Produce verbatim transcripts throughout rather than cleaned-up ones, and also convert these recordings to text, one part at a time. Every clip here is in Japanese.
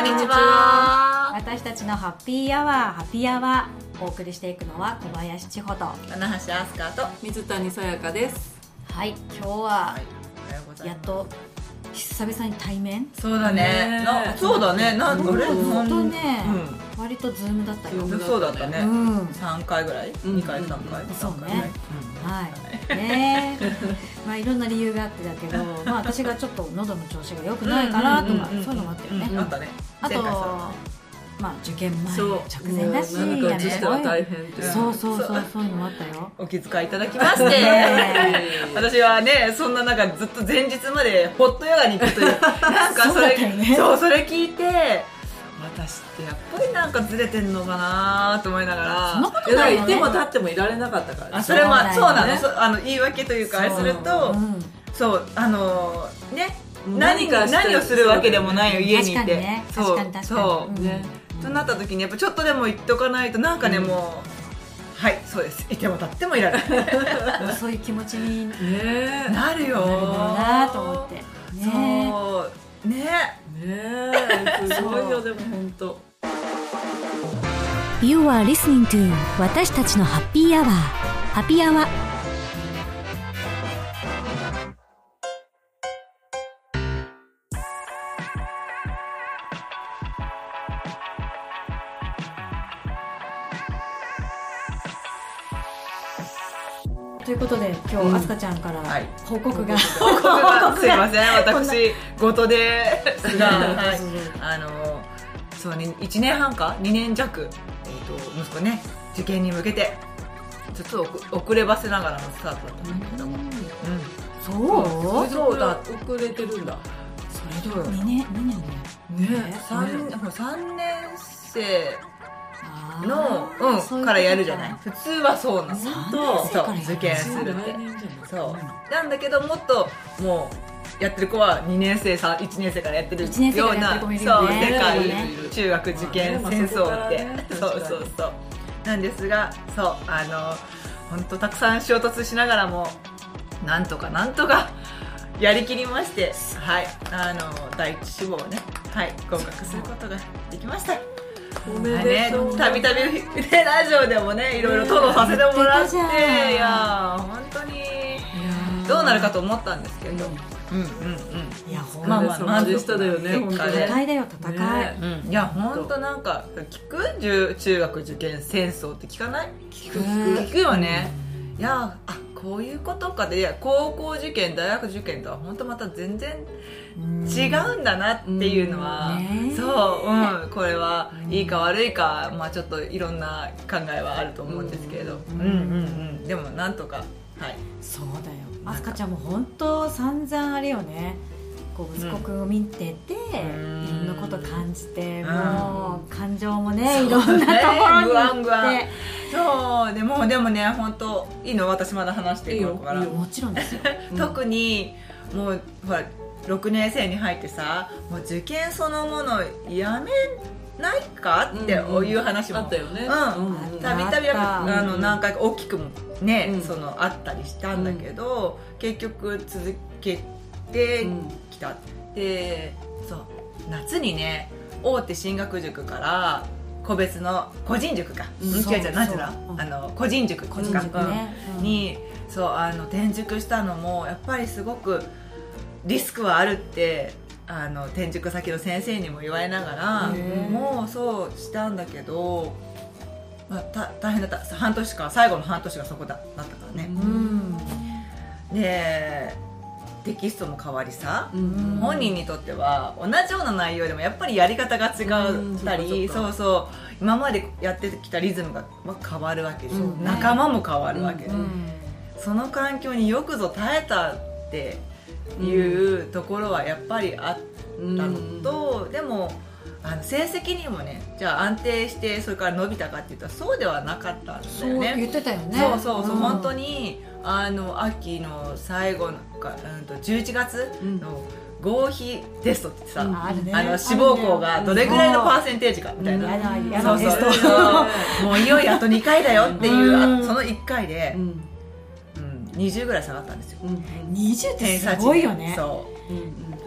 んにちは。 私たちのハッピーアワーハッピーアワーお送りしていくのは小林千穂と棚橋飛鳥と水谷さやかです。 はい、今日はやっと久々に対面。 そうだね、なそうだね、なんか俺本当ね、うん、割とズームだったよ。 そうだったね、うん、さんかいぐらい、うん、にかいさんかい、うん、 そうね、うん、はいねまあいろんな理由があってだけど、まあ私がちょっと喉の調子が良くないかなとか、そういうのもあったよね、 うん、あったね。 あとまあ受験前直前だし、 何かとしては大変って、 そうそうそう、そういうのもあったよ。 お気遣いいただきまして私はね、そんな中ずっと前日までホットヨガに行くというなんかそれそうそれ聞いて、私ってやっぱりなんかずれてんのかなと思いながら、 そんなことないよね。 いても立ってもいられなかったから、ね、 あそれはそうなの、そあの言い訳というかあれすると、うん、そうあのね、何が何をするわけでもないよ、家にいて、 ね、そうそう、 ね、となった時にやっぱちょっとでも言っとかないとなんかね、うん、もうはいそうです、いても立ってもいられないそういう気持ちになるよなと思って、 ね、そうねねすごいよ。でも本当 You are listening to 私たちのハッピーアワーハッピーアワー。 ということで今日、うん、あすかちゃんから報告が、 報告がすいません、私ごとですが、はい、あのそうね、いちねんはんかにねん弱、えー、と息子ね受験に向けてちょっと遅ればせながらのスタートだったんだけども、うんうん、そうそうだ、遅れてるんだ。 それどうよ、 にねんねね、さんねん生の、うん、からやるじゃない。普通はそうなの。そう受験するって。そうなんだけど、もっともうやってる子はにねん生さいちねん生からやってるような、そう世界中学受験戦争って、そうそうそうなんですが、そうあの本当たくさん衝突しながらもなんとかなんとかやりきりまして、はい、あの第一志望をね、はい、合格することができました。 おめでとう。 たびたびラジオでもねいろいろ討論させてもらって、いや本当にどうなるかと思ったんですけど、うんうんうん、 いやほんまあまあでしただよね。 戦いだよ戦い、 ね、うん、いや本当なんか聞く中中学受験戦争って聞かない？聞く聞く聞くよね。いやあこういうことかで、いや高校受験大学受験とは本当また全然違うんだなっていうのは、うそう、うん、これはいいか悪いか、まあ、ちょっといろんな考えはあると思うんですけれど、うんうんうん、でもなんとか、はい、 そうだよ。あすかちゃんも本当散々あれよね、こう息子くんを見てて、うん、いろんなこと感じて、うん、もう感情もね、いろんなところに行ってそうでもでもね本当いいの、私まだ話していいのから。 いいよ、もちろんですよ特にもうほらろくねん生に入ってさ、もう受験そのものやめないかっていう話も、 うんうん、あったよね。 たびたび何回か大きくもね、うん、そのあったりしたんだけど、うん、結局続けてきた、うん、でそう夏にね大手進学塾から個別の個人塾か、うん、違う違う何ていうの、あの個人塾個人塾、ね、うん、にそうあの転塾したのもやっぱりすごくリスクはあるってあの転塾先の先生にも言われながら、もうそうしたんだけど、まあ、た大変だった。半年か最後の半年がそこだだったからね、うん、でテキストも変わりさ、うん、本人にとっては同じような内容でもやっぱりやり方が違ったり、うん、そうそう今までやってきたリズムが変わるわけで、うん、仲間も変わるわけで、うん、その環境によくぞ耐えたっていうところはやっぱりあったのと、うん、でもあの成績にもね、じゃあ安定してそれから伸びたかっていったらそうではなかったんだよね。 そう言ってたよね。 そうそうそう、うん、本当にあの秋の最後のか、うん、とじゅういちがつの合否テストってさ、うん、あるね、あの志望校がどれぐらいのパーセンテージかみたいな、うん、そうそうそうそうもういよいよあとにかいだよっていう、うん、そのいっかいで、うんうん、にじゅうぐらい下がったんですよ、うん、 にじゅうってすごいよね。 そう、うんうん、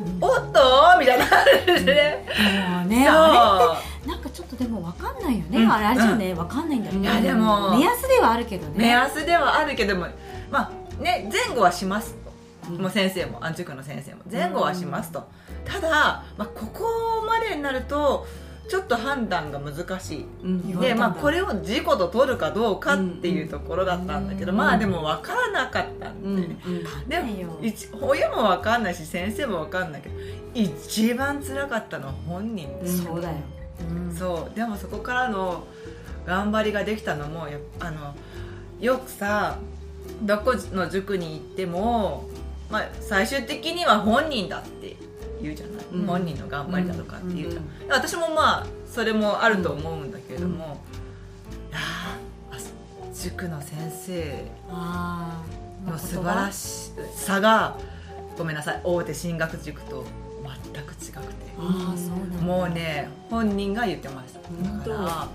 おっとみたいな感じで、 もうね、あれってなんかちょっとでも分かんないよね、うん、あれあれじゃね、うん、分かんないんだよね。 いやでも目安ではあるけどね、 目安ではあるけども、まあね、前後はしますと、うん、もう先生もあ塾の先生も前後はしますと、うん、ただ、まあ、ここまでになるとちょっと判断が難しい、うん、で、まあ、これを事故と取るかどうかっていうところだったんだけど、うん、まあでも分からなかったんで、うん、でも親も分かんないし先生も分かんないけど一番辛かったのは本人です。 そうだよ、 うん、そうでもそこからの頑張りができたのもやあのよくさどこの塾に行っても、まあ、最終的には本人だって言うじゃない、うん、本人の頑張りだとかって言うじゃん、うん、私もまあそれもあると思うんだけれども、うん、いや塾の先生の素晴らしさがごめんなさい大手進学塾と全く違くて、 あーそうなんだ、 もうね本人が言ってました。だから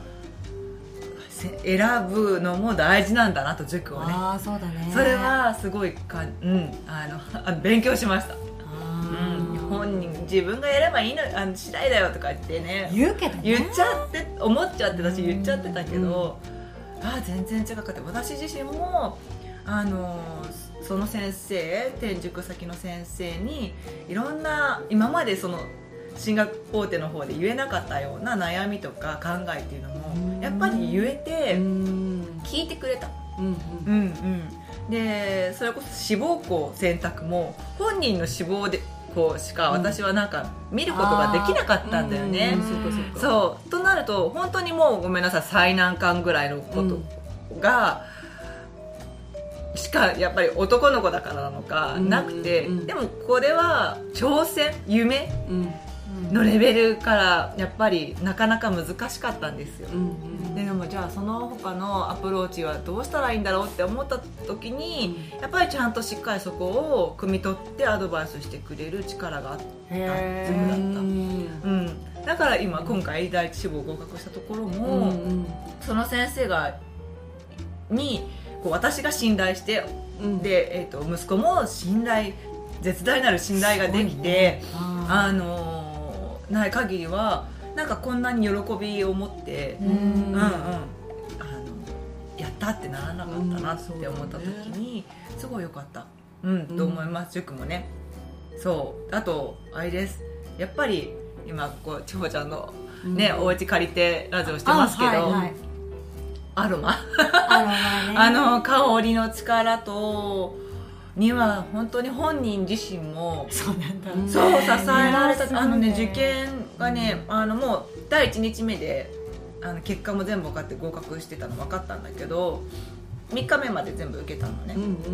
選ぶのも大事なんだなと塾をね。 あーそうだね、 それはすごいか、うん、あのあの勉強しました。うん、本人自分がやればいいのあの次第だよとか言ってね言うけどね、 言っちゃって思っちゃってたし言っちゃってたけど、うん、あ全然違かった。私自身もあのその先生転塾先の先生にいろんな今までその進学大手の方で言えなかったような悩みとか考えっていうのもやっぱり言えて聞いてくれた。うんうんうんうん、でそれこそ志望校選択も本人の志望でこうしか私はなんか見ることができなかったんだよね、うん、そうとなると本当にもうごめんなさい最難関ぐらいのことが、うん、しかやっぱり男の子だからなのかなくて、うんうん、でもこれは挑戦夢、うん、のレベルからやっぱりなかなか難しかったんですよ、うんうん、で, でもじゃあその他のアプローチはどうしたらいいんだろうって思った時に、うん、やっぱりちゃんとしっかりそこを汲み取ってアドバイスしてくれる力があった塾だった、うん、だから今今回第一志望合格したところも、うんうん、その先生がにこう私が信頼して、うん、で、えー、と息子も信頼絶大なる信頼ができて、ね、ああのーない限りはなんかこんなに喜びを持ってうん、うんうん、あのやったってならなかったなって思った時にすごい良かった、うん、と思います。塾もね。そうあとあれですやっぱり今こう千穂ちゃんのね、うん、お家借りてラジオしてますけど、はいはい、アロマアロマ、ね、あの香りの力とには本当に本人自身もそうなんだ、 そう支えられた、あのね受験がねあのもうだいいちにちめであの結果も全部分かって合格してたの分かったんだけどみっかめまで全部受けたのね、うんうんうん、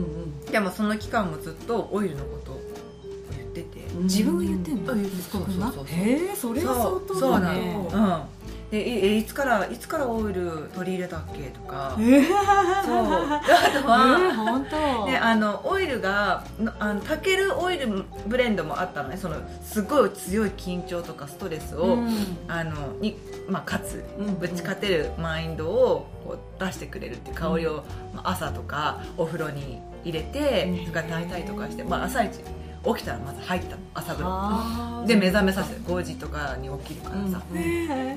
でもその期間もずっとオイルのことを言ってて、 うん、自分が言ってんの、うん、そうそうそうそうへえそれは相当だね。 そうなの、うんでえいつからいつからオイル取り入れたっけとか、えー、そうあとは、えー、本当であのオイルがあの炊けるオイルブレンドもあったのね。そのすごい強い緊張とかストレスを、うん、あのにまあ、かつぶち勝てるマインドをこう出してくれるっていう香りを、うん、朝とかお風呂に入れて、うん、とか炊いたりとかして、まあ、朝一起きたらまず入ったの朝風呂で目覚めさせてごじとかに起きるからさ、うん、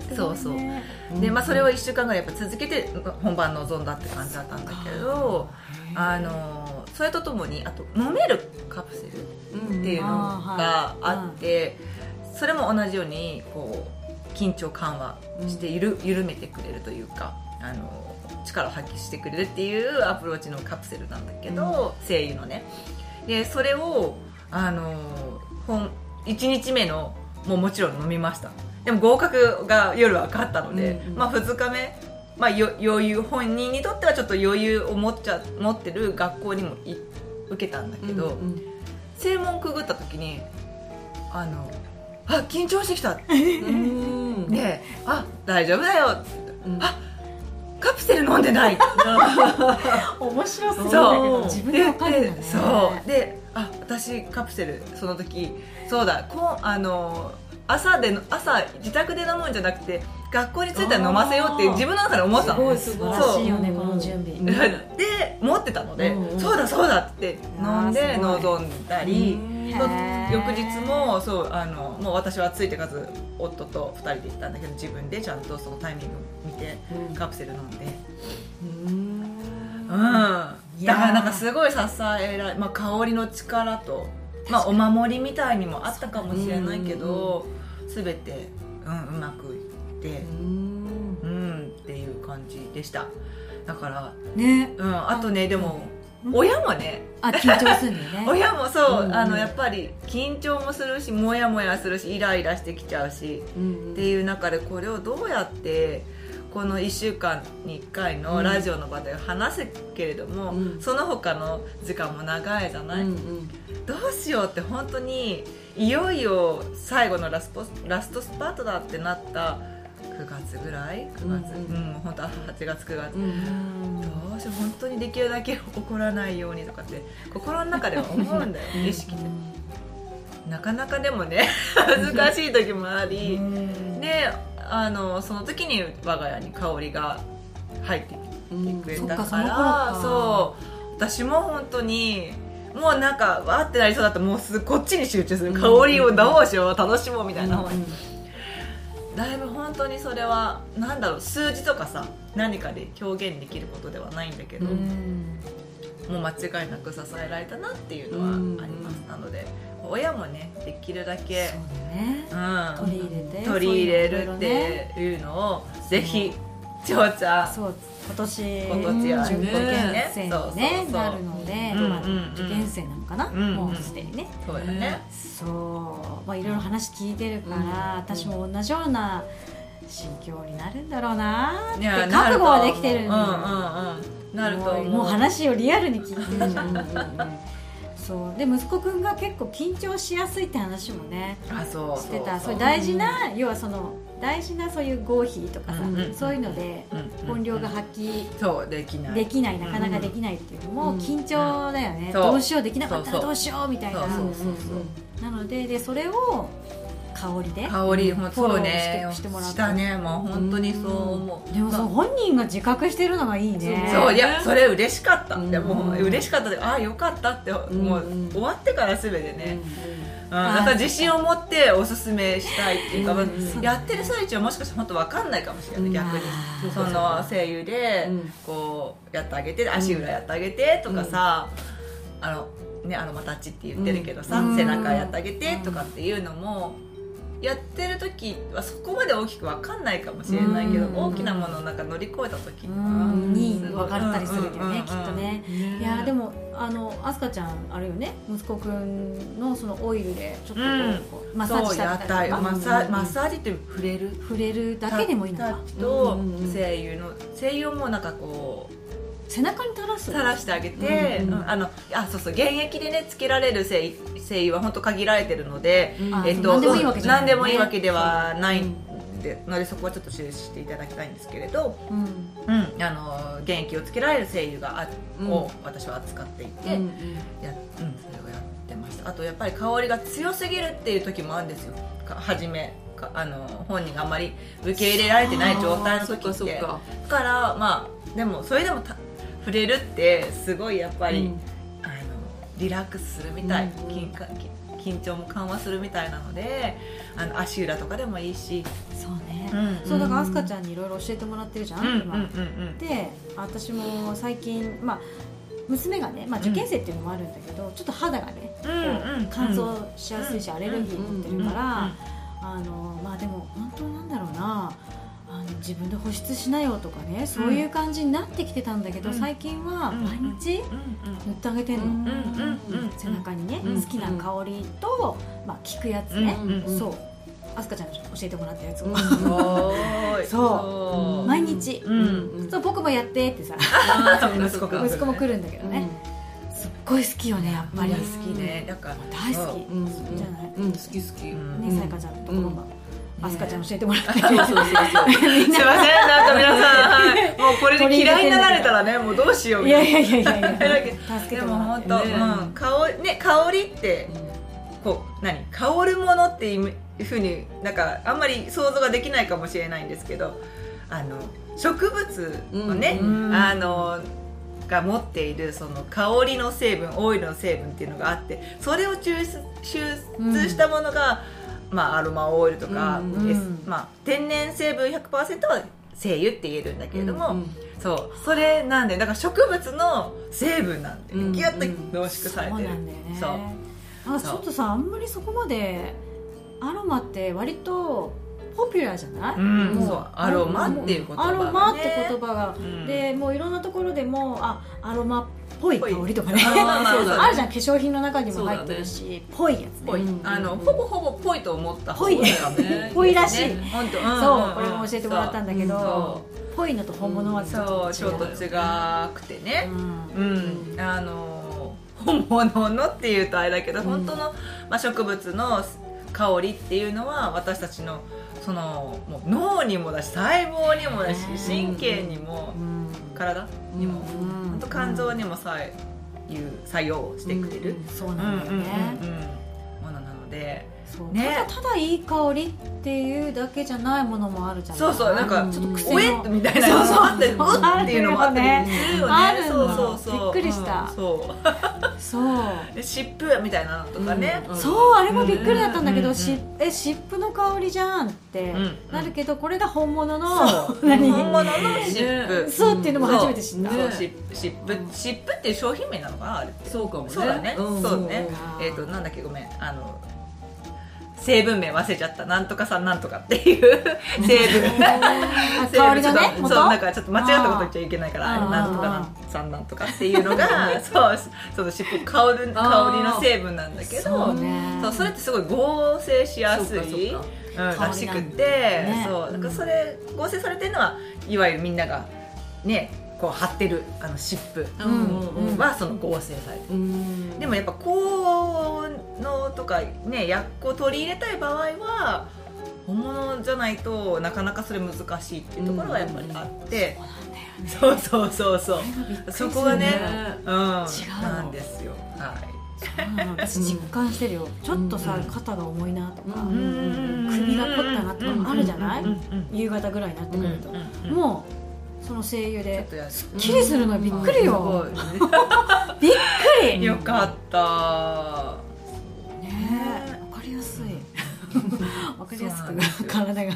そうそうで、まあ、それをいっしゅうかんぐらいやっぱ続けて本番臨んだって感じだったんだけどあのそれとともにあと飲めるカプセルっていうのがあってそれも同じようにこう緊張緩和してゆる緩めてくれるというかあの力を発揮してくれるっていうアプローチのカプセルなんだけど、うん、精油のねでそれをあのいちにちめのもうもちろん飲みました。でも合格が夜分かったので、うんうんまあ、ふつかめ、まあ、よ余裕本人にとってはちょっと余裕を持っちゃ持ってる学校にもい受けたんだけど、うんうん、正門くぐった時にあのあ緊張してきたであ大丈夫だよって、うん、あカプセル飲んでない面白そうだけど自分で分かるんだね。 そうであ私カプセルその時そうだこうあの朝で朝自宅で飲むんじゃなくて学校に着いたら飲ませようって自分の中で思ってたの。 すごい素晴らしいよねこの準備で持ってたので、うんうん、そうだそうだって飲んで臨んだり翌日もそうあのもう私はついてかず夫とふたりで行ったんだけど、自分でちゃんとそのタイミング見てカプセル飲んで、うん、うん、だからなんかすごい支えられ、まあ、香りの力と、まあ、お守りみたいにもあったかもしれないけど、全て、うん、うまくいって、うん、うん、っていう感じでした。だからね、うん、あとねでも親もね、 あ、緊張するんだよね親もそう、うんうん、あのやっぱり緊張もするし、モヤモヤするし、イライラしてきちゃうし、うんうん、っていう中でこれをどうやってこのいっしゅうかんにいっかいのラジオの場で話すけれども、うん、その他の時間も長いじゃない、うんうん、どうしようって本当にいよいよ最後のラスト、ラストスパートだってなったくがつぐらいくがつ、うんうんうん、本当はちがつくがつ、うん、どうしよう本当にできるだけ怒らないようにとかって心の中では思うんだよ意識で。なかなかでもね難しい時もあり、であのその時に我が家に香りが入ってきてくれたから、うん、そう私も本当にもうなんかわーってなりそうだったらもうすぐこっちに集中する、香りをどうしよう楽しもうみたいな方に、うん、だいぶ本当にそれはなんだろう、数字とかさ何かで表現できることではないんだけど、うん、もう間違いなく支えられたなっていうのはあります、うん、なので親もねできるだけ、 そうだね、うん、取り入れて取り入れるっていうのをぜひちょうちゃん、 そう今年今年は受験生に、ね、なるので、うんうん、受験生なのかな、うん、もうすでにね、 そうだね、 そう、まあ、いろいろ話聞いてるから、うん、私も同じような心境になるんだろうなって覚悟はできてるんだよ、うんうんうん、なると思う。もう話をリアルに聞いてるじゃんそうで息子くんが結構緊張しやすいって話もね、 あ、そうしてた。そういう大事な、うん、要はその大事なそういう合否とかさ、うんうん、そういうので本領が発揮、 うん、そうできないできないなかなかできないっていうのも緊張だよね、うん、どうしようできなかったらどうしようみたいな。なので、でそれを香りで香りもフォローしてもらったしたね、もう本当にそう思う。 でもそう、本人が自覚してるのがいいね。 そう、いやそれ嬉しかった、でも嬉しかったで、ああよかったって、もう終わってから全てね、うん、なんか自信を持っておすすめしたいっていうか、うん、やってる最中はもしかしたら本当分かんないかもしれない、うん、逆にその声優でこうやってあげて、足裏やってあげてとかさ、うん、あのね、アロマタッチって言ってるけどさ、うん、背中やってあげてとかっていうのもやってる時はそこまで大きく分かんないかもしれないけど、うん、大きなものをなんか乗り越えた時に分かったりするよね、きっとね。いやでもあのあすかちゃんあるよね、息子くんのそのオイルでちょっとこう、うん、マッサージしたりとか、 マッサージ、マッサージって触れる触れるだけでもいいのかと、声優の声優もなんかこう背中に垂らす垂らしてあげて、うんうん、あのあそうそう現役でねつけられる声優は本当限られてるので、うん、えっと、何でもいいわけじゃない、ね、何でもいいわけではないで、のでそこはちょっと注意していただきたいんですけれど、うんうん、あの現役をつけられる声優があ、うん、を私は扱っていて、うんうん、やうん、それをやってました。あとやっぱり香りが強すぎるっていう時もあるんですよ、初めあの本人があんまり受け入れられてない状態の時って。だからまあでもそれでもた触れるってすごいやっぱり、うん、あのリラックスするみたい、うん、緊, 緊張も緩和するみたいなので、あの足裏とかでもいいし、 そうね、うん、そうだからあすかちゃんにいろいろ教えてもらってるじゃん、うん、今、うんうんうん、で私も最近、まあ、娘がね、まあ、受験生っていうのもあるんだけど、うん、ちょっと肌がね、うん、乾燥しやすいし、うん、アレルギー持ってるから、あのまあでも本当なんだろうな、あの自分で保湿しなよとかね、そういう感じになってきてたんだけど、うん、最近は毎日塗ってあげてるの、うんうん、背中にね、うん、好きな香りと、まあ、効くやつね、うん、そうあすかちゃんに教えてもらったやつを、うん、そう毎日、うん、そう僕もやってってさ息子息子も来るんだけどね、うん、すっごい好きよね、やっぱり好きね、だから大好き、うん、じゃない、うん、好き好き、ね、さやかちゃんところがあすかちゃん教えてもらって、そうそうそうそうすいません、 なんか皆さん、はい、もうこれで嫌いになられたらね、もうどうしようみたいな。いやいやいやいや助けてもらって、でも本当、ね、うん、香りね、香りってこう何香るものっていう風になんかあんまり想像ができないかもしれないんですけど、あの植物のね、うんうん、あのが持っているその香りの成分、オイルの成分っていうのがあって、それを抽出、抽出したものが、うん、まあ、アロマオイルとか、うんうん、まあ、天然成分 ひゃくパーセント は精油って言えるんだけれども、うんうん、そうそれなんでだから植物の成分なんで、うん、ギュッと濃縮されてる、うんうん、そうなんだよね。 そうあちょっとさ、あんまりそこまでアロマって割とポピュラーじゃない、うん、もうそうアロマっていう言葉が、ね、 アロマって言葉が、うん、でもういろんなところでもあアロマっぽい香りとかねあるじゃん、化粧品の中にも入ってるし、ぽいやつね、 うん、あのほぼほぼぽいと思ったぽいぽいらしい、ね、 本当、 うん、そうこれも教えてもらったんだけど、ぽいのと本物はちょっとちょっと違くてね、うん、うん、あの本物のっていうとあれだけど、うん、本当の、まあ、植物の香りっていうのは私たちのそのもう脳にもだし細胞にもだし神経にも、うん、体にも、うん、本当肝臓にもさいう作用してくれる、 うん、そうなんだよね、 うんうんうん、ものなので、 そうね、ただただいい香りっていうだけじゃないものもあるじゃない。 そうそう、なんかちょっと癖のおえっみたいなのもあったり、うんっていうのもあったりするよね。 あるの、 そうそうそう、 びっくりした、 うん、そうそう湿布みたいなのとかね、 うん、そうあれもびっくりだったんだけど、うん、しえ湿布の香りじゃんってなるけど、これが本物の何本物の湿布、 そうっていうのも初めて知った。 そう湿布湿布っていう商品名なのかなあれって。 そうかもね。 そうだね、うん、そうね。えっとなんだっけ、ごめん、あの成分名忘れちゃった、なんとかさんなんとかっていう成分香りのね、 そうなんかちょっと間違ったこと言っちゃいけないから、なんとかさんなんとかっていうのがそうその湿布香る香りの成分なんだけど、そう、ね、そうそれってすごい合成しやすい、うん、らしくて、ね、そうなんかそれ合成されてるのはいわゆるみんながねこう貼ってるあの湿布はその合成されてる、うん、でもやっぱ効能とかね薬効を取り入れたい場合は本物じゃないとなかなかそれ難しいっていうところがやっぱりあって、うん、そうそうそうそう、そこがね、うん、違うなんですよ、はい、 私実感してるよ、ちょっとさ、うん、肩が重いなとか、うん、首が凝ったなとかあるじゃない、うん、夕方ぐらいになってくると、うん、もうその声優ですっきりするのびっくりよ、うん、びっくりよかったねえ、わかりやすいわかりやすく体がね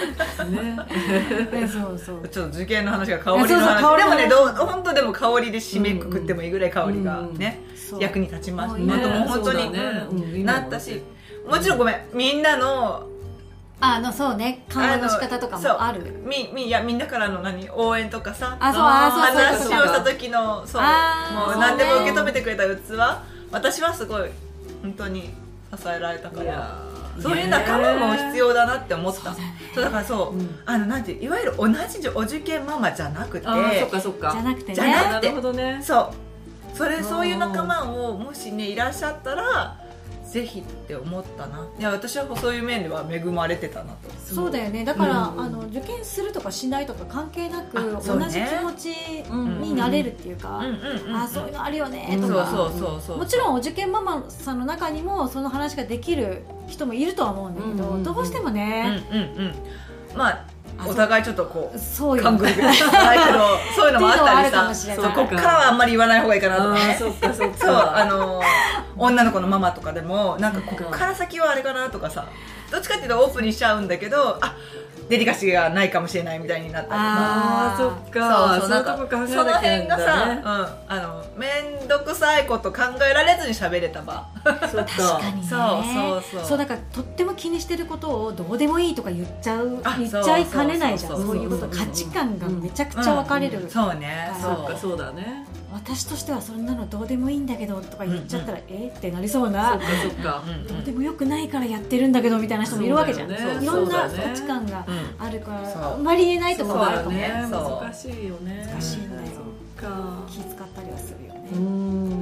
そうそうちょっと受験の話が香りの話、そうそうでもねどう本当でも香りで締めくくってもいいぐらい香りがね、うんうん、役に立ちます、ね、もう本当に、ね、うん、なったし、もちろんごめんみんなのあのそうね、会話の仕方とかもある。 みみいやみんなからの何応援とかさ、 あそうあそう話をした時のそうもう何でも受け止めてくれた器、私はすごい本当に支えられたから、そういう仲間も必要だなって思った。そうだね、そうだからそう、うん、あのなんていわゆる同じお受験ママじゃなくて、 あそっかそっかじゃなくてね、 じゃなくて、 なるほどね、 そうそれそういう仲間をもしねいらっしゃったら。ぜひって思ったな。いや私はそういう面では恵まれてたなと。 そうだよね、だから、うん、あの受験するとかしないとか関係なく、ね、同じ気持ちになれるっていうか、あそういうのあるよねとか、そうそうそうそう、もちろんお受験ママさんの中にもその話ができる人もいるとは思うんだけど、うんうんうん、どうしてもね、 うんうんうん、まあお互いちょっとこうそういう勘ぐりぐらいじゃないけどそういうのもあったりさ、そうこっからはあんまり言わない方がいいかなとかね、 そうかそうか、 そうあの女の子のママとかでもなんかここから先はあれかなとかさ、どっちかっていうとオープンにしちゃうんだけど、あデリカシーがないかもしれないみたいになったりとか、 あそっか、そうそう、そういうとこ考えなきゃいけないんだね。その辺がさ、うん、 あの面倒くさいこと考えられずに喋れた場。 そう確かにね、 そうそうそう、 そうだからとっても気にしてることをどうでもいいとか言っちゃう言っちゃいかねないじゃん、そういうこと、価値観がめちゃくちゃ分かれる、うんうん、 そうね、 そうかそうだね。 私としてはそんなのどうでもいいんだけどとか言っちゃったら、うんうん、えー、ってなりそうな、 そうかそうか、 どうでもよくないからやってるんだけどみたいな人もいるわけじゃん、ね、いろんな価値観があるから、あんまり言えないところがあるかもね、 難しいよね、 難しいんだよ、 そっか、 気遣ったりはするよね、 うん、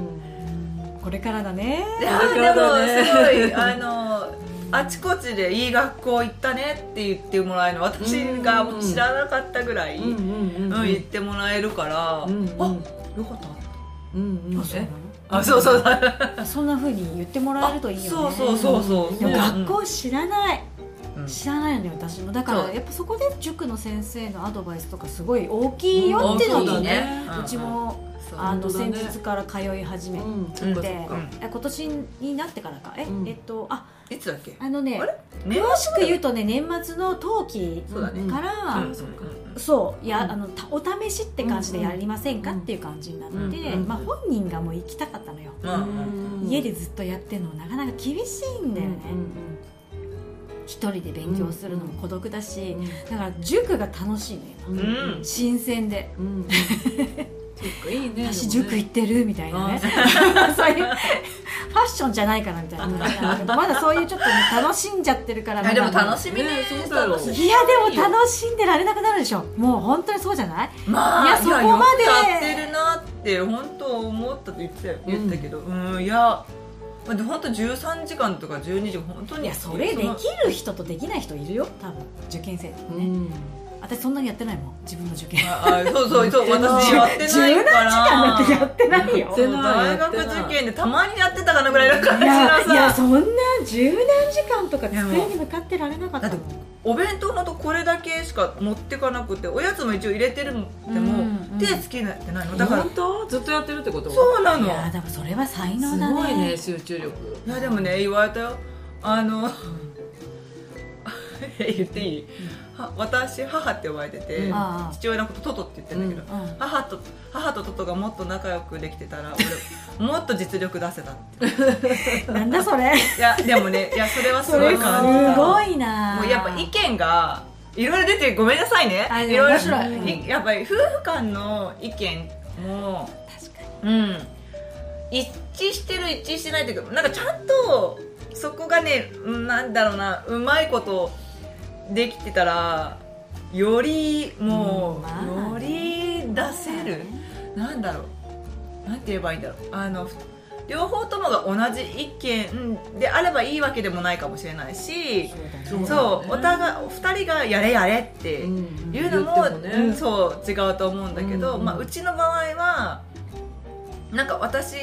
これからだね。 いやでもすごいあのあちこちでいい学校行ったねって言ってもらえるの、私が知らなかったぐらい言ってもらえるから、うんうん、あよかった、うんうん、あそうなの、あそうそうそんな風に言ってもらえるといいよね。 そうそうそうそう、 でも学校知らない、 う知らないのよ私も。だからそうやっぱそこで塾の先生のアドバイスとかすごい大きいよっていうのにね、 うんうちもそうあの本当だね先日から通い始めて、 うんそっかそっかえ今年になってからかえ、 うんえっとあいつだっけあのねあれ詳しく言うとね年末の冬季そうだねから、 うんそうかそうや、 うん、 あのたお試しって感じでやりませんか、うん、っていう感じになって、 うんまあ、本人がもう行きたかったのよ、 うん家でずっとやってるのなかなか厳しいんだよね、一人で勉強するのも孤独だし、だから塾が楽しいのよ、 うん、 新鮮で、 うん、そっかいいね私塾行ってるみたいなねそういうファッションじゃないかなみたいなまだそういうちょっと、ね、楽しんじゃってるからでも楽しみねそうだろう。 いやでも楽しんでられなくなるでしょ。もう本当にそうじゃない？ まあ、 いやそこまでよくやってるなって本当思ったと言ってたよ、言ったけど、うん、うん、いや本当じゅうさんじかんとかじゅうにじかん本当にいやそれできる人とできない人いるよ多分受験生ってね、うん、私そんなにやってないもん自分の受験。 ああそうそうそう私やってないからじゅうなんじかんだってやってないよ。 大学受験でたまにやってたかなぐらいの感じのさ。 いやいやそんな十何時間とか机に向かってられなかったもん。 お弁当ほんとこれだけしか持ってかなくておやつも一応入れてるのでも、うん、手つけてないのだから本当ずっとやってるってこと？ そうなの。 いやでもそれは才能だね。 すごいね集中力。 いやでもね言われたよあの、うん、言っていい、うん、は私母って呼ばれてて、うん、父親のことトトって言ってるんだけど、うん、母と母とトトがもっと仲良くできてたら俺もっと実力出せたってなんだそれ。 いやでもねいやそれはすごい感じた。 すごいな。 もうやっぱ意見がいろいろ出てごめんなさいね。いろいろやっぱり夫婦間の意見も確かに、うん、一致してる一致してないっていうかなんかちゃんとそこがねなんだろうなうまいことできてたらよりもう、うんまあ、より出せる、なんだろうなんて言えばいいんだろうあの両方ともが同じ意見であればいいわけでもないかもしれないし、そう、ね、そうお互いふたりがやれやれっていうのも、うんねうん、そう違うと思うんだけど、うんまあ、うちの場合はなんか私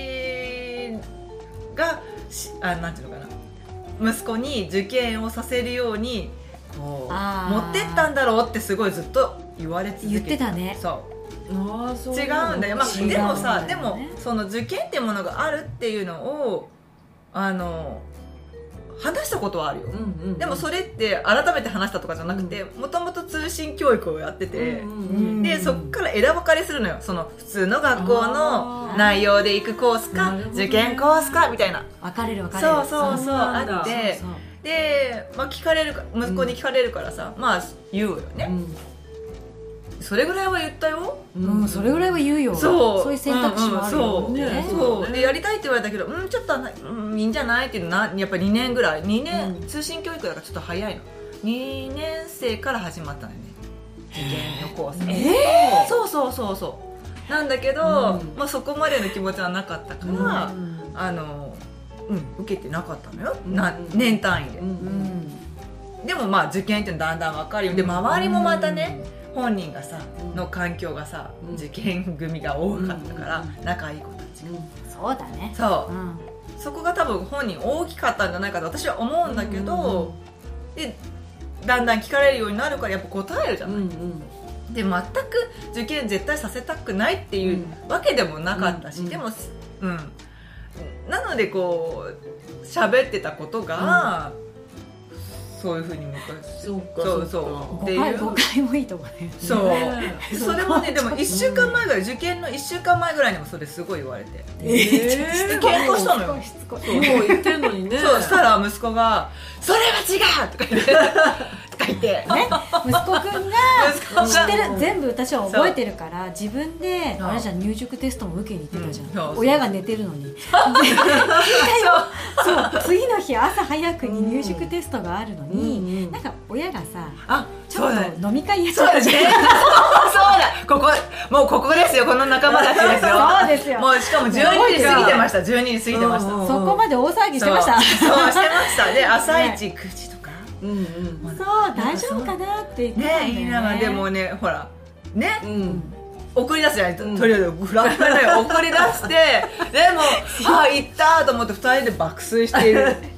があなんていうのかな息子に受験をさせるようにこう持ってったんだろうってすごいずっと言われ続けて言ってたね。 そうあそう違うんだよ、まあ、でもさ、ね、でもその受験っていうものがあるっていうのをあの話したことはあるよ、うんうんうん、でもそれって改めて話したとかじゃなくてもともと通信教育をやってて、うんうんうん、でそこから枝分かれするのよ。その普通の学校の内容で行くコースか受験コースかみたいな分かれる分かれるそうそうそうあってそうそうで、まあ、聞かれる息子に聞かれるからさ、うん、まあ言うよね、うんそれぐらいは言ったよ、 うんうん、それぐらいは言うよ。 そうそういう選択肢もあるよ、 うんうん、そう、ね、そうでやりたいって言われたけどうんちょっと、うん、いいんじゃないっていうのなやっぱりにねんぐらいにねん、うん、通信教育だからちょっと早いのにねん生から始まったのよね受験のコース、 えー、 そうそうそうそうなんだけど、うんまあ、そこまでの気持ちはなかったから、うん、あの、うん、受けてなかったのよ、うん、な年単位で、うんうん、でもまあ受験っていうのだんだん分かるよで周りもまたね、うん本人がさ、うん、の環境がさ、うん、受験組が多かったから、うん、仲いい子たちが、うん、 そうだねそう、うん、そこが多分本人大きかったんじゃないかと私は思うんだけど、うん、でだんだん聞かれるようになるからやっぱ答えるじゃない、うんうん、で全く受験絶対させたくないっていうわけでもなかったし、うん、でも、うん、なのでこう喋ってたことが、うんそういう風に昔そうかそうそうっていう誤解もいいとこねそう、ね、それもねでもいっしゅうかんまえぐらい受験のいっしゅうかんまえぐらいにもそれすごい言われてえー、 喧嘩したのよしつこいそう言ってんのにねそうしたら息子がそれは違うとか言ってとか言ってね息子くんが知ってる全部私は覚えてるから自分であれじゃん入塾テストも受けに行ってたじゃん、うん、親が寝てるのにそう次の日朝早くに入塾テストがあるのに、うん、なんか親がさあちょっと飲み会やっちゃったじゃんそうだ、ここもうここですよこの仲間たちですよそうですよもうしかもじゅうにじ過ぎてましたじゅうにじ過ぎてました、うん、 そこまで大騒ぎしてましたそう、そうしてましたで朝一くじとか、 うんうん、そう大丈夫かなって言ってたんだよねね言いながらでもねほらね、うん送り出すじゃないと、うん、とりあえずフラフラで送り出してでもあ行ったと思ってふたりで爆睡している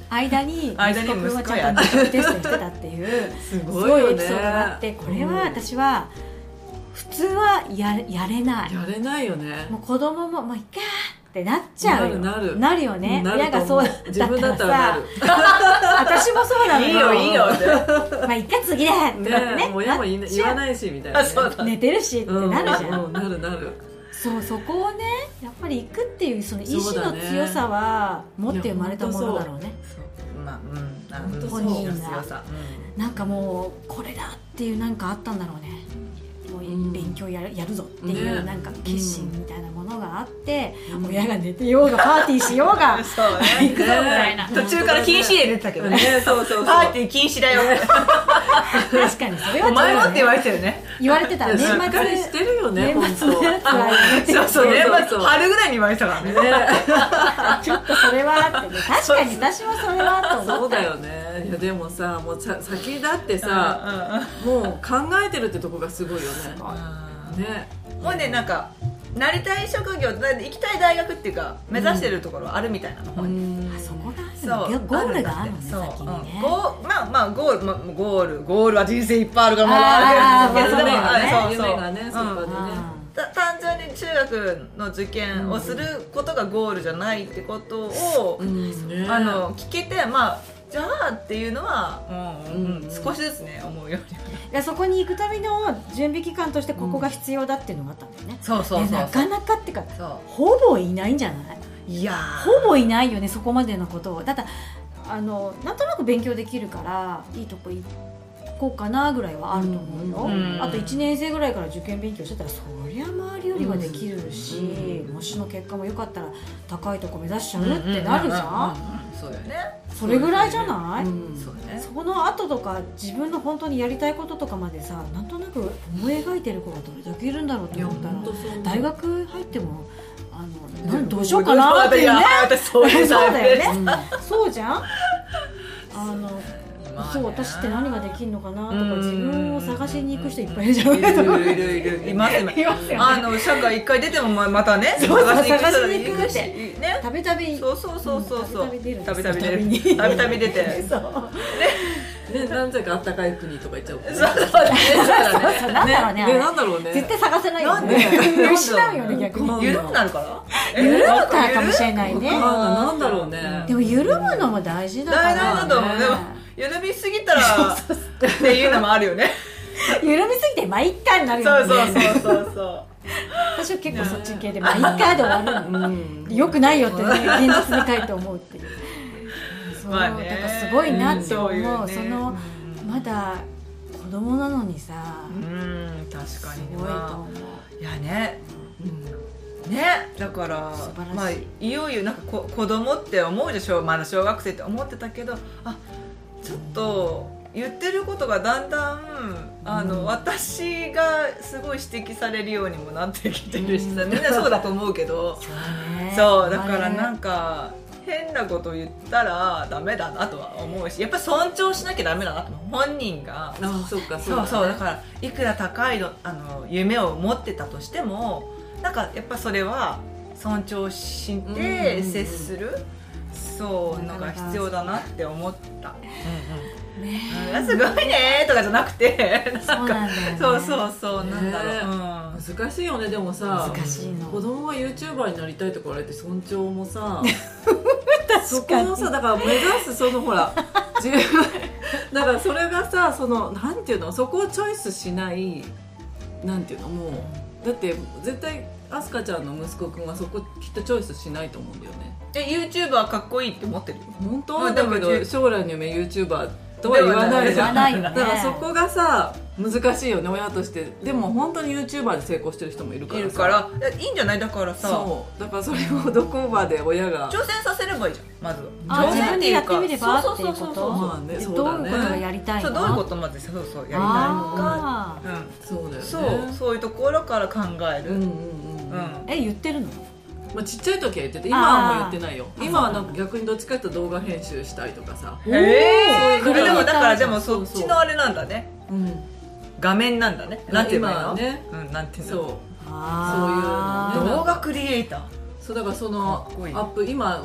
間に間に息子くんはち息子やゃんと認知テストしてたっていうすごいよねエピソードがあって、これは私は普通は や, やれないやれないよね。 もう子供ももういっかってなっちゃうよ。 なるなるなるよね。 なる親がそうだ自分だっったたらならさる私もそうなのいいよいいよってまあいっか次でとかってねねもう親も言い言わないしみたいな、ね、 あそうだ寝てるしってなるじゃん、 うんうん、なるなる。 そうそこをねやっぱり行くっていうその意志のそうだね強さは持って生まれたものだろうね。 そうまあうんあ本当そう本人の強さ、 なんかもうこれだっていうなんかあったんだろうね。もう勉強やる、やるぞっていうねなんか決心みたいなものがあって、 うん親が寝てようがパーティーしようがそう行くぞみたいな、 途中から禁止令出てたけどねねそうそうそうパーティー禁止だよ確かにそれはお前もって言われれてるね言われてた年しっかり末してるよね年末のやつは言ってそうそうそう年そう末春ぐらいに言われてたからねねちょっとそれはってね確かに私もそれはと思った。 そうだよね。いやでもさもうさ先だってささ、もう考えてるってとこがすごいよね。ね。 もうねなんかなりたい職業だ行きたい大学っていうか目指してるところあるみたいなの、本にあそこがそうあるのゴールがあるのねそう先にね、 うんゴーまあまあゴール、まあ、ゴールゴールは人生いっぱいあるからもうあーけどでも夢がねそうそう夢がねそこでね。 た単純に中学の受験をすることがゴールじゃないってことを、 うんね、 あの聞けてまあじゃあっていうのは、うんうんうん少しずつね思うようにでそこに行くための準備期間としてここが必要だっていうのがあったんだよね、 そうそうそうそうでなかなかってかそほぼいないんじゃない？ ういやほぼいないよねそこまでのことを。だってあのなんとなく勉強できるからいいとこ行こうかなぐらいはあると思うよ、 うんうんあといちねん生ぐらいから受験勉強してたらそりゃ周りよりはできるし、 うん模試の結果も良かったら高いとこ目指しちゃうってなるじゃん、 そうよねそれぐらいじゃない？ うんそうねそこの後とか自分の本当にやりたいこととかまでさなんとなく思い描いてる子がどれだけいるんだろうって思ったらいや本当そう大学入ってもあのうんなんどうしようかなっていうね私そういうそうタイプだよですねそうじゃんあの、 まあねそう私って何ができるのかなとかうん自分を探しに行く人いっぱいいるじゃんいるいるいるいるいますいますいますよねあの社会一回出てもままたねそうそう探しに行く人探しに行くってねたびたびそうそうそうそうそうたびたび出るんですたびたび出旅にるたびたび出てそうね、なんぜかあったかい国とか行っちゃうもんね。 そうそうねそうなんだろうねあれね、なんだろうね。 絶対探せないよなんねで失うよね逆に緩くなるから緩むからかもしれないねわかんないなんだろうね。 でも緩むのも大事だから、ね、 大事だと思うでも緩みすぎたらっていうのもあるよね緩みすぎてまあいっかになるそよねうそうそうそうそう私は結構そっち系でまあいっかで終わるの、 うんよくないよってね現実に帰って思うっていうそう、 まあねだからすごいなって思う、 うんそういうねそのまだ子供なのにさ、 うん確かすにごいと思う、 いやねうんねだから素晴らしいまあ、いよいよなんかこ子供って思うでしょまだ小学生って思ってたけどあちょっと言ってることがだんだんあの、 うん私がすごい指摘されるようにもなってきてるしさ、みんなそうだと思うけどそうねそうだからなんかか変なこと言ったらダメだなとは思うしやっぱ尊重しなきゃダメだなと思う本人があ、そっか、 そうだねそうだからいくら高いのあの夢を持ってたとしてもなんかやっぱそれは尊重して接する、そうのが必要だなって思った、 ねうんうん、すごいねとかじゃなくてそうなんだよねそうそうそうなんだろう、 ねうん難しいよね。でもさ、 難しいの子供が YouTuber になりたいとか言われて尊重もさそこ確かにのさだから目指すそのほら自分だからそれがさそのなんていうのそこをチョイスしないなんていうのもうだって絶対アスカちゃんの息子くんはそこきっとチョイスしないと思うんだよね。 え YouTuber かっこいいって思ってる本当うんでもだけど将来の夢 YouTuber とは言わないじゃん。 言わないよねだからそこがさ難しいよね親として。でも本当に YouTuber で成功してる人もいるからさいるからいいんじゃないだからさそうだからそれをどこまで親が挑戦させればいいじゃんまずはあ挑戦自分でやってみればそうっていうことそうそうそうまあねでそうだねどういうことがやりたいのそうどういうことまずそうそうやりたいのか、 あうんそうだよねそうそういうところから考える、 うんうんうん、 うんーえ言ってるのまあ、ちっちゃい時は言ってて今はもう言ってないよ。 あー今はなんか逆にどっちかっていうと動画編集したいとかさ、 へえそういうでもだからでもそっそうそうちのあれなんだねうん、 画面なんだねなんて言えばいいの今はねうんなんて言うそうのあーそういうのね動画クリエイターそうだからそのかっこいいアップ今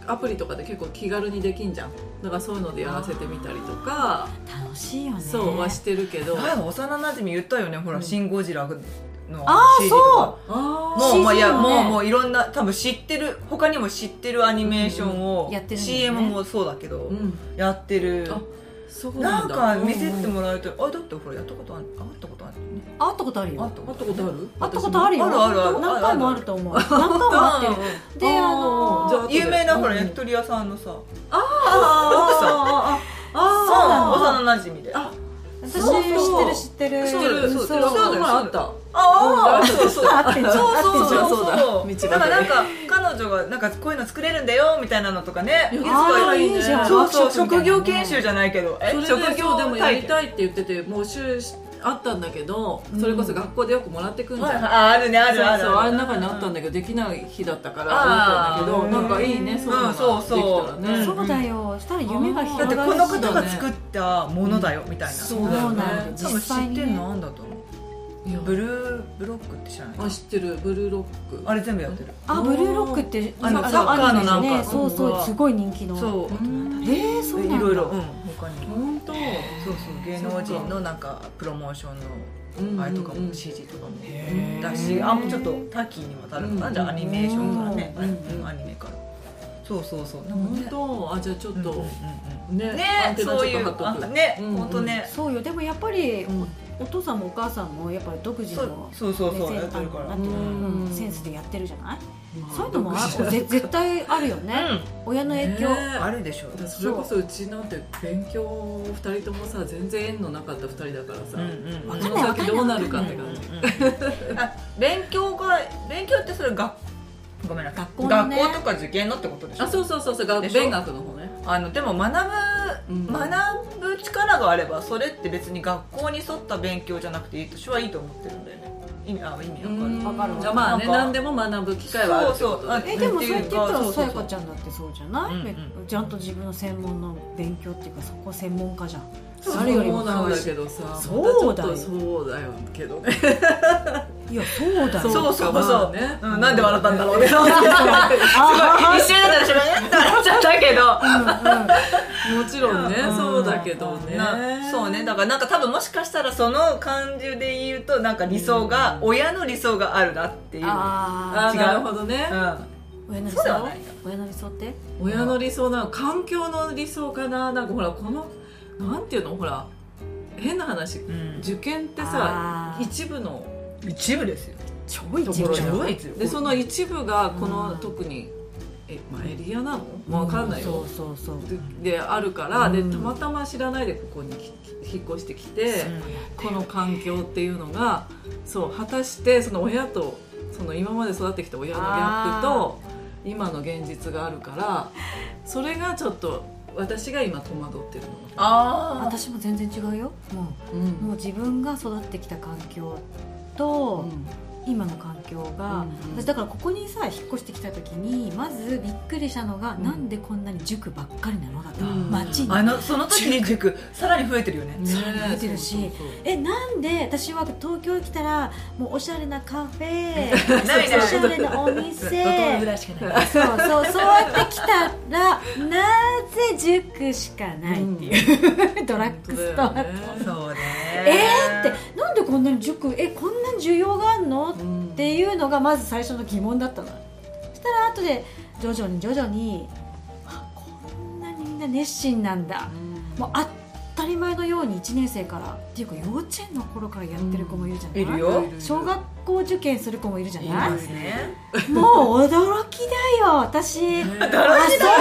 アプリとかで結構気軽にできんじゃん。だからそういうのでやらせてみたりとか楽しいよね。 そうはしてるけど、 前幼馴染言ったよね、ほら、うん、シン・ゴジラのあシージー とか、 あもう、まあ、いや、もう、もういろんな多分知ってる、他にも知ってるアニメーションを、 うんやってるんだよね、 シーエム もそうだけど、うん、やってる。 あ、そうななんだ。 んか見せてもらうと、あ、だってほらやったことある、あったことあるね。 会ったことあるよ。 会ったことある？ 会ったことあるよ。 あるあるある。 何回もあると思う。何回も会ってる。で、あの有名なほら焼き鳥屋さんのさ、 ああああ、幼馴染で。 あ、私知ってる知ってる。 知ってる。そうそう、あった。 ああ、そうそう、 あってる。 そうそうそうそう。 だからなんか彼女がなんかこういうの作れるんだよみたいなのとかね。いつかいいじゃん。 そうそう、職業研修じゃないけど、 え、職業でもやりたいって言ってて募集あったんだけど、それこそ学校でよくもらってくんじゃん。 あ、あるね、あるある。 そう、あれの中にあったんだけどできない日だったからあったんだけど、なんかいいね、そういうのができたらね。 そうだよ。したら夢が広がるし。 だってこの方が作ったものだよみたいな。 そうなんだよ。 多分知ってんのなんだと思う。ブルーブロックって知らない？ あ、知ってる。ブルーロック、 あれ全部やってる。 あ、ブルーロックってあのサッカーのなんか、 そうそう、すごい人気の。 そう。 えー、そうなんだ。 いろいろ、うん、他に本当。 そうそう、芸能人のなんかプロモーションのあれとかも シージー とかもだし、あ、もうちょっと多岐にわたるのかな、じゃあアニメーションからね、アニメから。そうそうそう。 本当。あ、じゃあちょっとね、 ね、そういうね、本当ね。 そうよ。でもやっぱりお父さんもお母さんもやっぱり独自のそうそうそうやってるから、 センスでやってるじゃない。そういうのも絶対あるよね。親の影響あるでしょ。 それこそうちなんて勉強ふたりともさ全然縁のなかったふたりだからさ、この先どうなるかって感じ。 勉強が勉強ってそれ学ごめんなさい、学校とか受験のってことでしょ。 あ、そうそうそうそう、勉学の方ね。 あのでも学ぶ学ぶ力があればそれって別に学校に沿った勉強じゃなくていいと私はいいと思ってるんだよね。意味、あ、意味わかる。 わかる。 まあね、何でも学ぶ機会はあるってことで。 え、でもそうやって言ったらさやかちゃんだってそうじゃない？ちゃんと自分の専門の勉強っていうかそこ専門家じゃん。 誰よりもなんだけどさ、 そうだよ。 そうだよけどね。 いや、そうだよ。 そうそうそうね。なんで笑ったんだろうね。すごい一瞬だったらしまねって笑っちゃったけど。 もちろんね、そうだけどね。 そうね、だからなんか多分もしかしたらその感じで言うとなんか理想が親の理想があるなっていう。 ああ、なるほどね。 親の理想？親の理想って？ 親の理想なの、環境の理想かな。なんかほらこのなんていうの、ほら変な話、受験ってさ一部の一部ですよ。 超一部で、その一部がこの特にえ、まあ、エリアなの分かんないよ。 そうそうそうであるから、でたまたま知らないでここに引っ越してきて、この環境っていうのがそう果たしてその親とその今まで育ってきた親のギャップと今の現実があるから、それがちょっと私が今戸惑ってるの。 ああ、私も全然違うよ。もう、うん、もう自分が育ってきた環境と、うん今の環境が、うんうん、私だからここにさ引っ越してきた時にまずびっくりしたのが、うん、なんでこんなに塾ばっかりなのだと、うん、街にあのその時に塾さらに増えてるよね。 さらに増えてるし、えなんで私は東京来たらもうおしゃれなカフェおしゃれなお店ぐらいしかない。 そうそうそうやって来たらなぜ塾しかないっていう、うん、ドラッグストアと、ね、 そうねえーってなんでこんなに塾えこんなに需要があるのっていうのがまず最初の疑問だったの。そしたら後で徐々に徐々にあこんなにみんな熱心なんだ、うん、もう当たり前のようにいちねん生からっていうか幼稚園の頃からやってる子もいるじゃない、 うん、いるよ。 小学校受験する子もいるじゃない。 いますね。 もう驚きだよ私、ね、遊んでたよ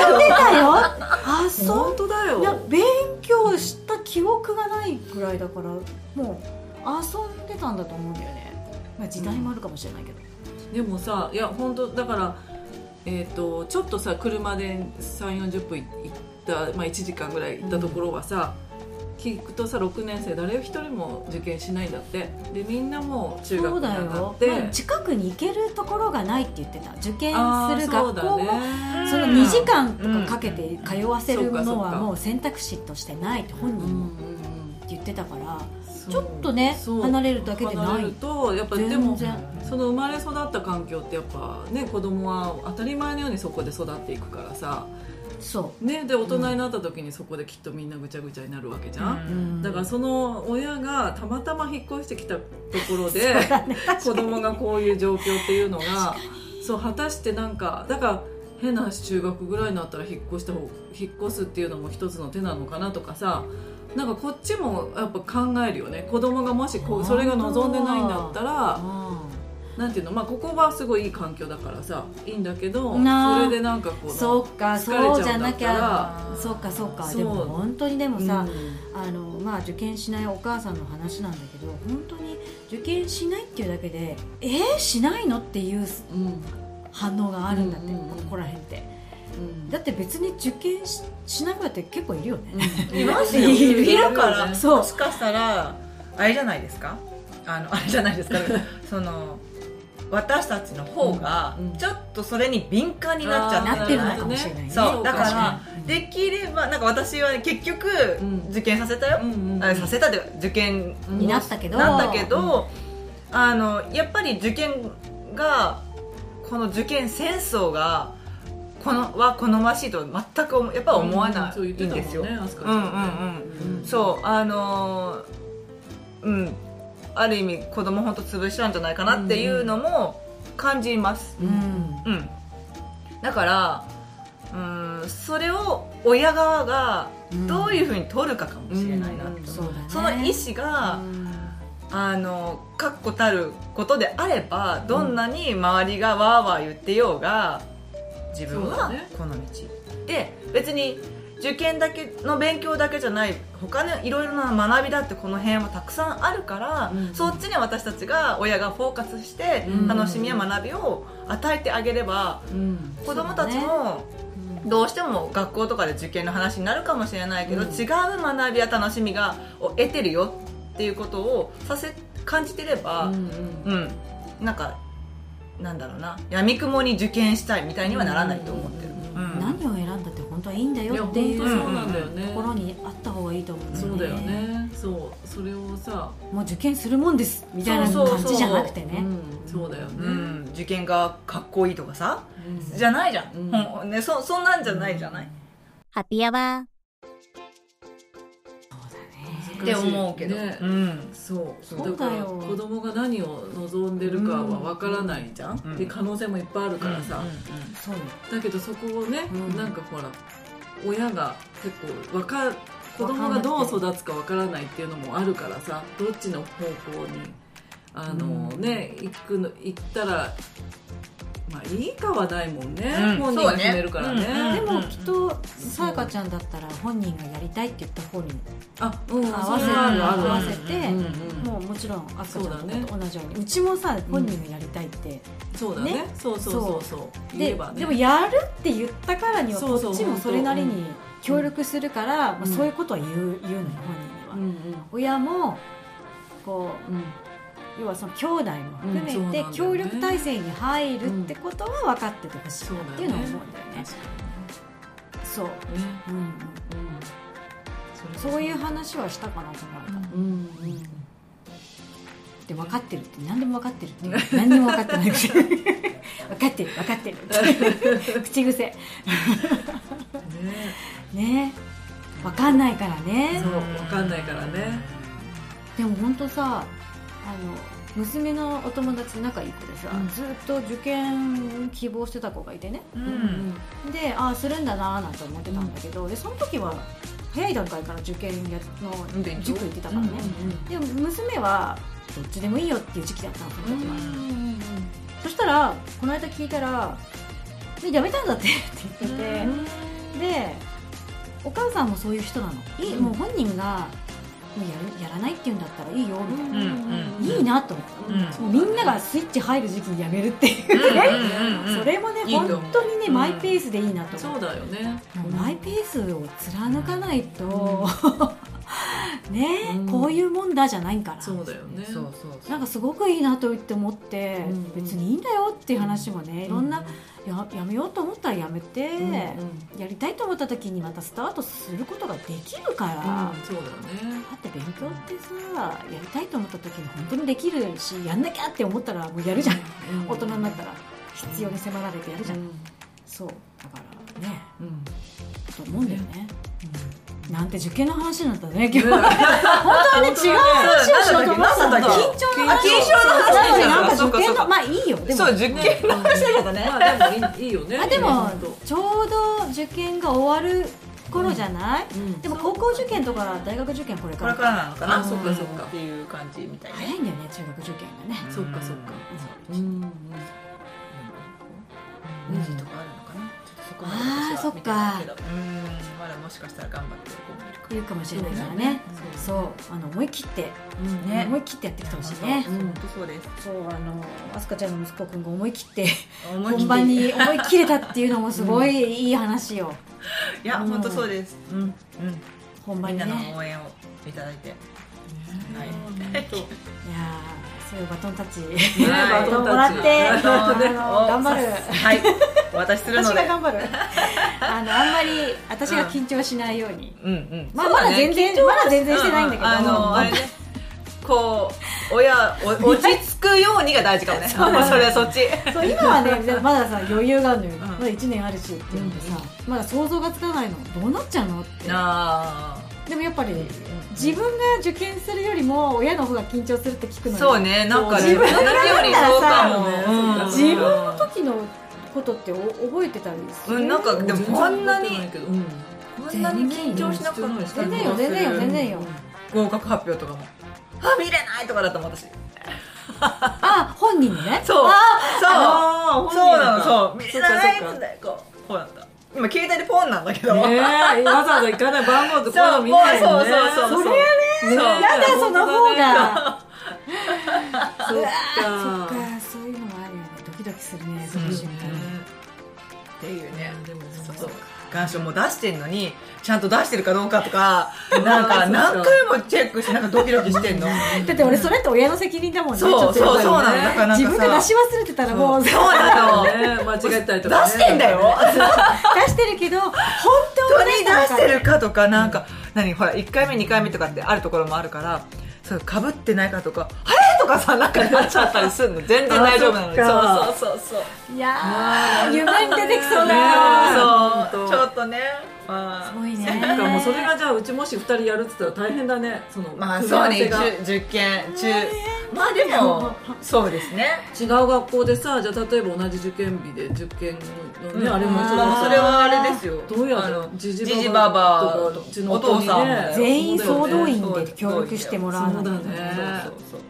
遊本当だよ。 勉強した記憶がないぐらいだからもう遊んでたんだと思うんだよね。まあ、時代もあるかもしれないけど、 うん、でもさいや本当だから、えー、とちょっとさ車でさんじゅうよんじゅっぷん行った、まあ、いちじかんぐらい行ったところはさ、うん、聞くとさろくねん生誰一人も受験しないんだって。でみんなもう中学に上がって、 まあ、近くに行けるところがないって言ってた。受験する学校も そ,、ね、そのにじかんとかかけて通わせるものはもう選択肢としてないって本人も、うんうんうん、 言ってたから、ちょっとね離れるだけでない。 離れるとやっぱでもその生まれ育った環境ってやっぱね、子供は当たり前のようにそこで育っていくからさ、 そうね、で大人になった時にそこできっとみんなぐちゃぐちゃになるわけじゃん、うん、だからその親がたまたま引っ越してきたところで、ね、子供がこういう状況っていうのがそう果たしてなんかだから変な話、中学ぐらいになったら引っ越した方引っ越すっていうのも一つの手なのかなとかさ、なんかこっちもやっぱ考えるよね。子供がもしこうそれが望んでないんだったら、なんていうの、まあ、ここはすごいいい環境だからさいいんだけど、それでなんかこうそうかそうじゃなきゃそうかそうかでも本当にでもさ、うん、あのまあ、受験しないお母さんの話なんだけど、本当に受験しないっていうだけでえー、しないのっていう、うん、反応があるんだって、うんうんうん、ここら辺って、うん、だって別に受験 し, しない子って結構いるよね、 うん、いますよいるからもしかしたらあれじゃないですか、あのあれじゃないですかその私たちの方がちょっとそれに敏感になっちゃって、 なってるのかもしれないね。 そうだからできればなんか私は結局受験させたよ、うんうん、させたで受験になったけどなんだけど、うん、あのやっぱり受験がこの受験戦争がこのは好ましいと全くやっぱ思わないんですよ。そうあのうんある意味子供本当潰しちゃうんじゃないかなっていうのも感じます、うんうん、だからうんそれを親側がどういうふうに取るかかもしれないなと、うんうん そ, ね、その意思が、うん、あの確固たることであればどんなに周りがわーわー言ってようが自分はこの道、ね、で別に受験だけの勉強だけじゃない他のいろいろな学びだってこの辺はたくさんあるから、うん、そっちに私たちが親がフォーカスして楽しみや学びを与えてあげれば、うん、子供たちもどうしても学校とかで受験の話になるかもしれないけど、うん、違う学びや楽しみがを得てるよっていうことをさせ感じてれば、うんうんうん、なんかなんだろうな闇雲に受験したいみたいにはならないと思ってる、うんうん、 何を選んだって本当はいいんだよっていうところにあった方がいいと思うんだよね。 そうだよね。そうそれをさもう受験するもんですみたいな感じじゃなくてね。 そうだよね、 うん、受験がかっこいいとかさ、うん、じゃないじゃん、うんね、そ, そんなんじゃないじゃない、うん、 ハッピーアワーって思うけど、ね、うん、 そうそうだから子供が何を望んでるかは分からないじゃん、うん、で可能性もいっぱいあるからさ、うんうんうん、そうだけどそこをね、うん、なんかほら親が結構分か子供がどう育つか分からないっていうのもあるからさ、どっちの方向にあの、うん、ね行くの行ったらまあいいかはないもんね、うん、本人が決めるからね、 うん、でもきっとさやかちゃんだったら本人がやりたいって言った方にあ、うん、合わせる合わせて、うんうん、もうもちろんあすかちゃんと同じように う,、ね、うちもさ本人がやりたいって、うん、 そうだね、そうそうそうそうで、ね、でもやるって言ったからにはこっちもそれなりに協力するから、うんまあ、そういうことは言う、言うのよ本人には、うんうん、親もこう、うん要はその兄弟も含めて協力体制に入るってことは分かっててほしいなっていうのを思うんだよね。そう、ねうんうんうん、そういう話はしたかなと思った、うんうん、で分かってるって何でも分かってるって何にも分かってない分かってる分かってる口癖ねね分かんないからね。 そう分かんないからね。 でも本当さあの娘のお友達仲いい子でさ、うん、ずっと受験希望してた子がいてね、うん、でああするんだなーなんて思ってたんだけど、うん、でその時は早い段階から受験やの塾行ってたからね、うんうん、で娘はどっちでもいいよっていう時期だったのその時は、うん、そしたらこの間聞いたらやめたんだってって言ってて、うん、でお母さんもそういう人なの、いい、もう本人がもう や, やらないって言うんだったらいいよみたいな、うんうん、いいなと思った、うん、みんながスイッチ入る時期にやめるっていうね、うんうん、それもね本当にね、うん、マイペースでいいなと思って、 そうだよね、 もうマイペースを貫かないと、 ね、 うんこういうもんだじゃないんからそうだよね。 そうそうそうなんかすごくいいなと言って思って、 うん別にいいんだよっていう話もね、いろんな、 うんや, やめようと思ったらやめて、 うんうんやりたいと思った時にまたスタートすることができるから、 うんそうだよね。 だって勉強ってさ、やりたいと思った時に本当にできるし、やんなきゃって思ったらもうやるじゃん、 うん大人になったら必要に迫られてやるじゃん、 うんそうだからね、 うんと思うんだよね、なんて受験の話になったね今日は本当はね違う話をしようと思ってたんだけど、緊張の話緊張の話なのになんか受験そうかそうかのまあいいよでもそう受験の話だからね、 まあでもいいいいよね。 あでも本当ちょうど受験が終わる頃じゃない、 うんでも高校受験とか大学受験これからこれからなのかな、 あそっかそっかっていう感じみたいね。 早いんだよね中学受験がね、 そっかそっか。 ううんんにじとかあるのかな、ちょっとそこまで私は見てないけど、うんまだもしかしたら頑張ってる子もいるかいるかもしれないからね、そうあの思い切って、 うんね思い切ってやってきてら。 ほしいね、 そう本当そうです。 そうあのあすかちゃんの息子くんが思い切って思い切って本番に思い切れたっていうのもすごいいい話よ、 いやうん本当そうです。うんうん。 本番にねみんなの応援をいただいて、はい。 いやーそういうバトンタッチ、 ねバトンもらってあの頑張るはい。お渡しするので。 私が頑張るあのあんまり私が緊張しないように、 うんうん。 まあまだ全然まだ全然してないんだけど、 あのあれね。こう親お落ち着くようにが大事かもね。それはそっち。 そう今はねまださ余裕があるのよ、 んまだいちねんあるしっていうのでさ、まだ想像がつかないのどうなっちゃうのってあでもやっぱり自分が受験するよりも親の方が緊張するって聞くのあ。 にそうね。なんかね自分が同じようにそうかも。 ねうん自分の時のことってお覚えてたりする、 うんなんかでもこんなに全然覚えてないけどうんこんなに緊張しなかった。 全然よ全然よ全然よ、 合格発表とかも。あ見れないとかだったもん私。 あ本人にねそう。 あーそう。そうなの。 本人かそう。見れないそっかそっかんだよ。こうこうだった。今携帯でポンなんだけど。 ねえわざわざ行かない番号とこういうの見ないそうもんね。 そうそうそう。 それそうやだその方がそっそっかかそういうのもあるよねドキドキするねその瞬間、 っていうね。 でもそうそう。願書も出してんのにちゃんと出してるかどうかとかなんか何回もチェックしてなんかドキドキしてんの。 だって俺それって親の責任だもんねそうちょっとやっぱりねそうそうなのだからなんかさ自分が出し忘れてたらもうそうなの。 ね間違えたりとかね出してんだよ。 出してるけど本当に本当に出してるかとかなんか何ほらいっかいめにかいめとかってあるところもあるからそうかぶってないかとかあれとかさなんかなっちゃったりするの全然大丈夫なのにそうあそうそうそういやー夢に出てきそうだそうちょっとねまあすごいねなんかもうそれがじゃあうちもしふたりやるって言ったら大変だねそのまあ組みそうね合わせが受受験中まあでもそうですね違う学校でさじゃあ例えば同じ受験日で受験のね、 うんあれも一緒だまあそれはあれですよどうやらあのジジジジババとかうちのお父さんね全員総動員そうだよねで協力してもらわないとそうだねそうそうそういや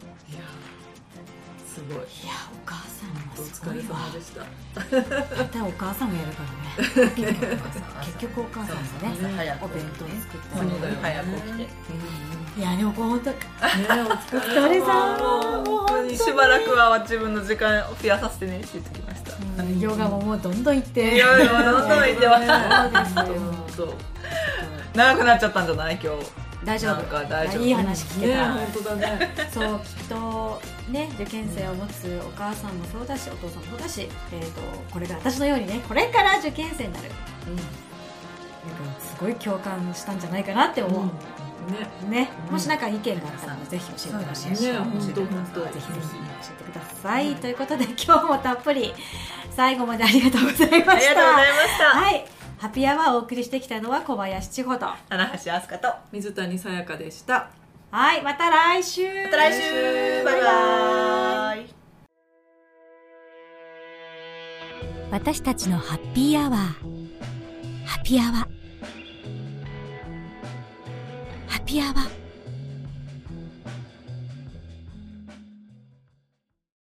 すごいいやお母さんおもすごいわ疲れ様でした大体お母さんがやるからね結局結局お母さんがね朝早くお弁当作ってそうそうだよね早く起きていやでも本当ねお疲れ様本当にしばらくは自分の時間を増やさせてねって言ってきましたヨガももうどんどん行っていやでもどんどん言ってますそうですよそう長くなっちゃったんじゃない今日大丈夫なんか大丈夫いい話聞けねた、 本当だねそうきっとね受験生を持つお母さんもそうだしお父さんもそうだし、えー、とこれが私のようにねこれから受験生になる、なんかすごい共感したんじゃないかなって思う、 ねね、もしなんか意見があったらぜひ教えてほしいし、 ね本当本当ぜひぜひ教えてください、ということで今日もたっぷり最後までありがとうございましたありがとうございましたはいハピアワーをお送りしてきたのは小林千穂と棚橋飛鳥と水谷さやかでしたはいまた来週また来週バイバイ私たちのハッピーアワーハピアワハピアワ